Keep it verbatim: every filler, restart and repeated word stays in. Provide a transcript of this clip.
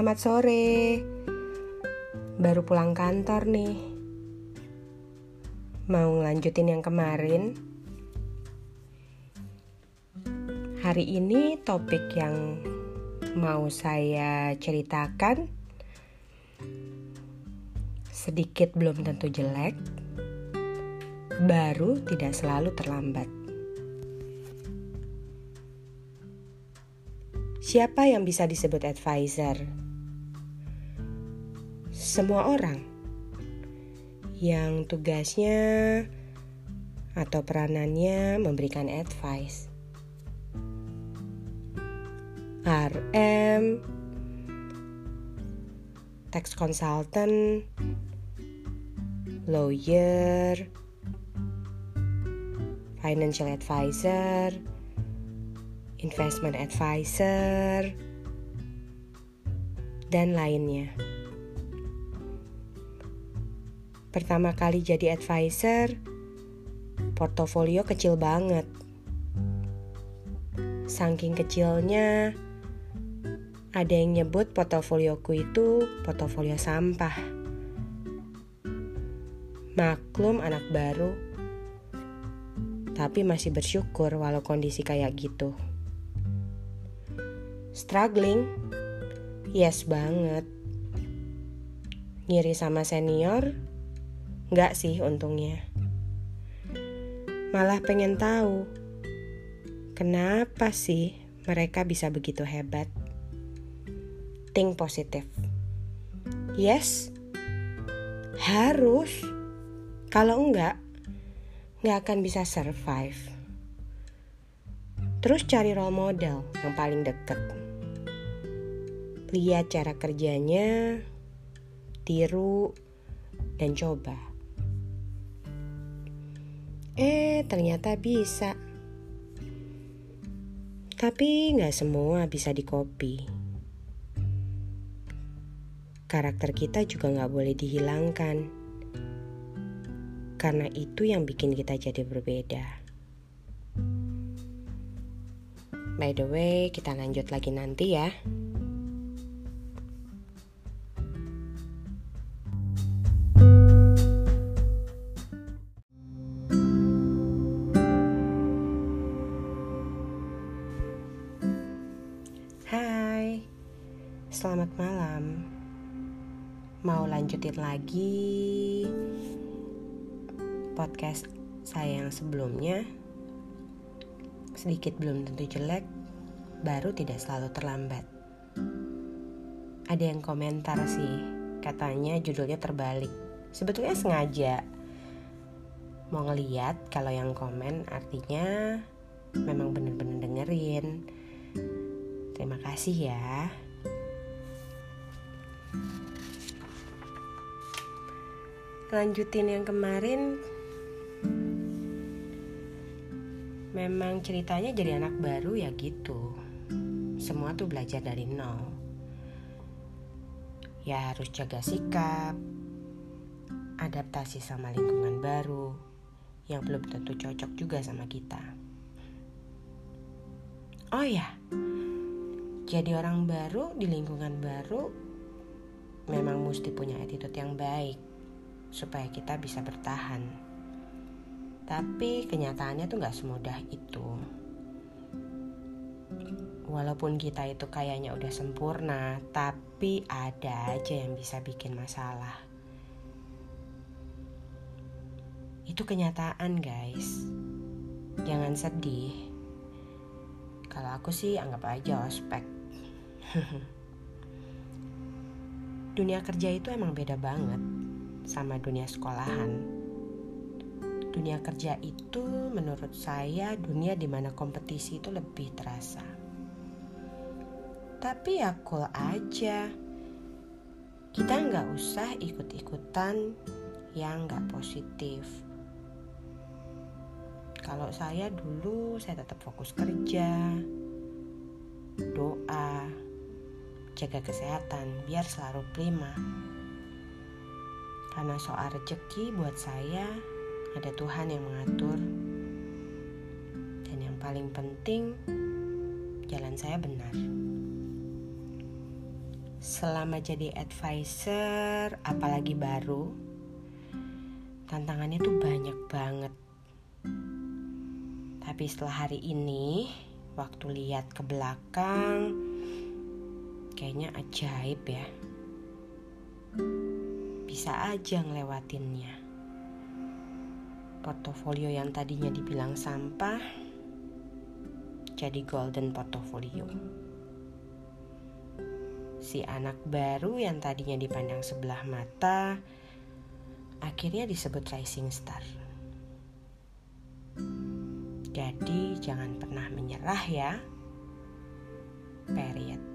selamat sore. Baru pulang kantor nih. Mau ngelanjutin yang kemarin. Hari ini topik yang mau saya ceritakan sedikit belum tentu jelek, baru tidak selalu terlambat. Siapa yang bisa disebut advisor? Semua orang yang tugasnya atau peranannya memberikan advice. R M, tax consultant, lawyer, financial advisor, investment advisor, dan lainnya. Pertama kali jadi advisor, portofolio kecil banget. Saking kecilnya, ada yang nyebut portofolioku itu portofolio sampah. Maklum anak baru, tapi masih bersyukur walau kondisi kayak gitu. Struggling? Yes banget. Ngiri sama senior? Enggak sih untungnya. Malah pengen tahu, kenapa sih mereka bisa begitu hebat? Think positif. Yes, harus. Kalau enggak, enggak akan bisa survive. Terus cari role model yang paling deket. Lihat cara kerjanya, tiru, dan coba. Eh, ternyata bisa. Tapi gak semua bisa di-copy. Karakter kita juga gak boleh dihilangkan. Karena itu yang bikin kita jadi berbeda. By the way, kita lanjut lagi nanti ya. Hai, selamat malam. Mau lanjutin lagi podcast saya yang sebelumnya. Sedikit belum tentu jelek, baru tidak selalu terlambat. Ada yang komentar sih, katanya judulnya terbalik. Sebetulnya sengaja mau ngeliat kalau yang komen artinya memang bener-bener dengerin. Terima kasih ya. Lanjutin yang kemarin. Memang ceritanya jadi anak baru ya gitu. Semua tuh belajar dari nol. Ya harus jaga sikap, adaptasi sama lingkungan baru yang belum tentu cocok juga sama kita. Oh ya, jadi orang baru di lingkungan baru memang mesti punya attitude yang baik supaya kita bisa bertahan. Tapi kenyataannya tuh gak semudah itu. Walaupun kita itu kayaknya udah sempurna, tapi ada aja yang bisa bikin masalah. Itu kenyataan guys. Jangan sedih. Kalau aku sih anggap aja ospek. Dunia kerja itu emang beda banget sama dunia sekolahan. Dunia kerja itu menurut saya dunia di mana kompetisi itu lebih terasa. Tapi ya cool aja. Kita nggak usah ikut-ikutan yang nggak positif. Kalau saya dulu saya tetap fokus kerja, doa, jaga kesehatan biar selalu prima. Karena soal rezeki buat saya ada Tuhan yang mengatur. Dan yang paling penting, jalan saya benar. selama jadi advisor, apalagi baru, tantangannya tuh banyak banget. Tapi setelah hari ini, waktu lihat ke belakang, kayaknya ajaib ya. Bisa aja ngelewatinnya. Portofolio yang tadinya dibilang sampah, jadi golden portofolio. Si anak baru yang tadinya dipandang sebelah mata, akhirnya disebut rising star. Jadi jangan pernah menyerah ya. Period.